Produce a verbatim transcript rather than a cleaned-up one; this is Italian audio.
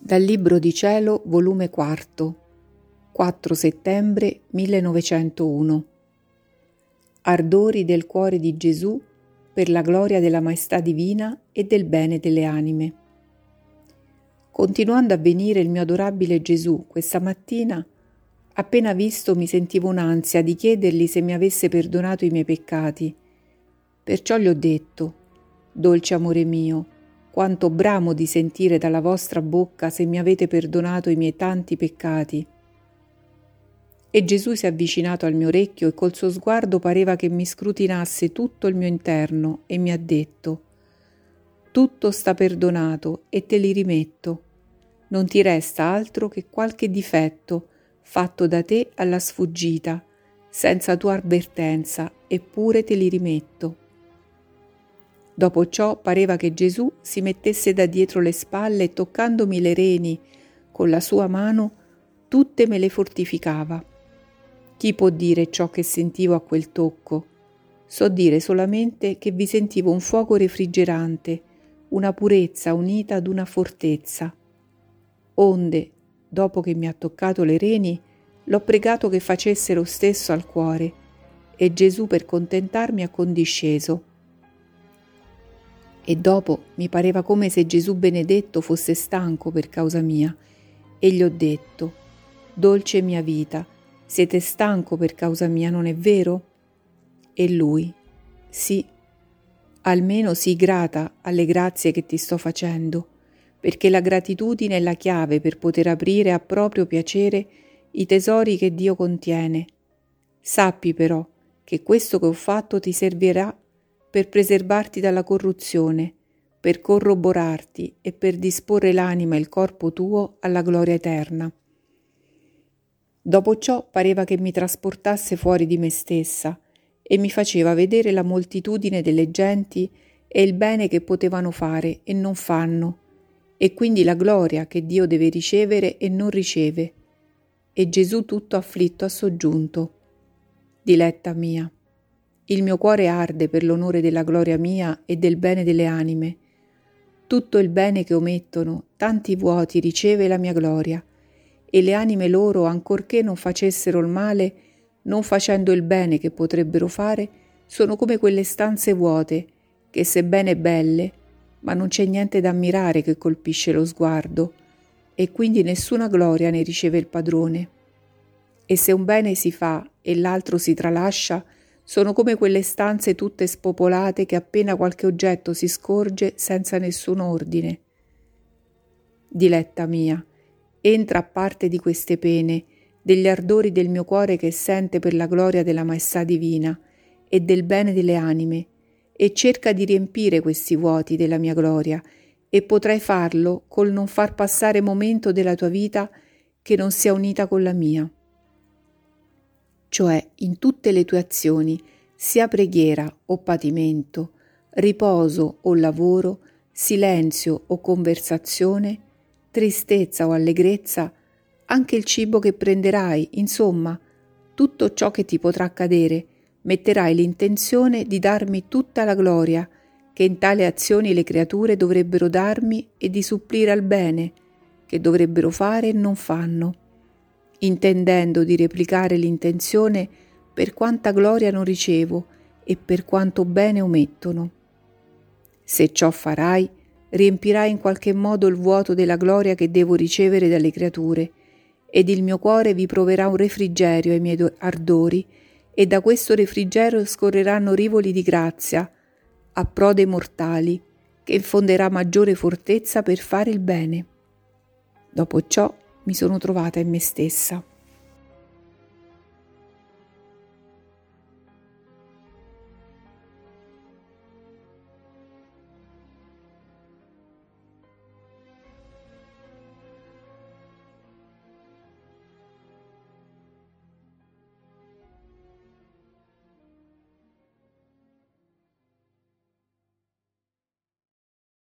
Dal Libro di Cielo, volume quarto, quattro settembre millenovecentouno. Ardori del cuore di Gesù per la gloria della maestà divina e del bene delle anime. Continuando a venire il mio adorabile Gesù questa mattina, appena visto mi sentivo un'ansia di chiedergli se mi avesse perdonato i miei peccati. Perciò gli ho detto: dolce amore mio, quanto bramo di sentire dalla vostra bocca se mi avete perdonato i miei tanti peccati. E Gesù si è avvicinato al mio orecchio e col suo sguardo pareva che mi scrutinasse tutto il mio interno e mi ha detto: tutto sta perdonato e te li rimetto. Non ti resta altro che qualche difetto fatto da te alla sfuggita, senza tua avvertenza, eppure te li rimetto. Dopo ciò pareva che Gesù si mettesse da dietro le spalle e toccandomi le reni con la sua mano, tutte me le fortificava. Chi può dire ciò che sentivo a quel tocco? So dire solamente che vi sentivo un fuoco refrigerante, una purezza unita ad una fortezza. Onde, dopo che mi ha toccato le reni, l'ho pregato che facesse lo stesso al cuore, e Gesù per contentarmi ha condisceso. E dopo mi pareva come se Gesù benedetto fosse stanco per causa mia, e gli ho detto: dolce mia vita, siete stanco per causa mia, non è vero? E lui: sì, almeno sii grata alle grazie che ti sto facendo, perché la gratitudine è la chiave per poter aprire a proprio piacere i tesori che Dio contiene. Sappi però che questo che ho fatto ti servirà per preservarti dalla corruzione, per corroborarti e per disporre l'anima e il corpo tuo alla gloria eterna. Dopo ciò pareva che mi trasportasse fuori di me stessa e mi faceva vedere la moltitudine delle genti e il bene che potevano fare e non fanno, e quindi la gloria che Dio deve ricevere e non riceve. E Gesù tutto afflitto ha soggiunto: diletta mia, il mio cuore arde per l'onore della gloria mia e del bene delle anime. Tutto il bene che omettono, tanti vuoti riceve la mia gloria, e le anime loro, ancorché non facessero il male, non facendo il bene che potrebbero fare, sono come quelle stanze vuote, che sebbene belle, ma non c'è niente da ammirare che colpisce lo sguardo, e quindi nessuna gloria ne riceve il padrone. E se un bene si fa e l'altro si tralascia, sono come quelle stanze tutte spopolate che appena qualche oggetto si scorge senza nessun ordine. Diletta mia, entra a parte di queste pene, degli ardori del mio cuore che sente per la gloria della maestà divina e del bene delle anime, e cerca di riempire questi vuoti della mia gloria, e potrai farlo col non far passare momento della tua vita che non sia unita con la mia. Cioè in tutte le tue azioni, sia preghiera o patimento, riposo o lavoro, silenzio o conversazione, tristezza o allegrezza, anche il cibo che prenderai, insomma, tutto ciò che ti potrà accadere, metterai l'intenzione di darmi tutta la gloria che in tale azioni le creature dovrebbero darmi e di supplire al bene che dovrebbero fare e non fanno, intendendo di replicare l'intenzione per quanta gloria non ricevo e per quanto bene omettono. Se ciò farai, riempirai in qualche modo il vuoto della gloria che devo ricevere dalle creature, ed il mio cuore vi proverà un refrigerio ai miei ardori, e da questo refrigerio scorreranno rivoli di grazia a pro dei mortali, che infonderà maggiore fortezza per fare il bene. Dopo ciò mi sono trovata in me stessa.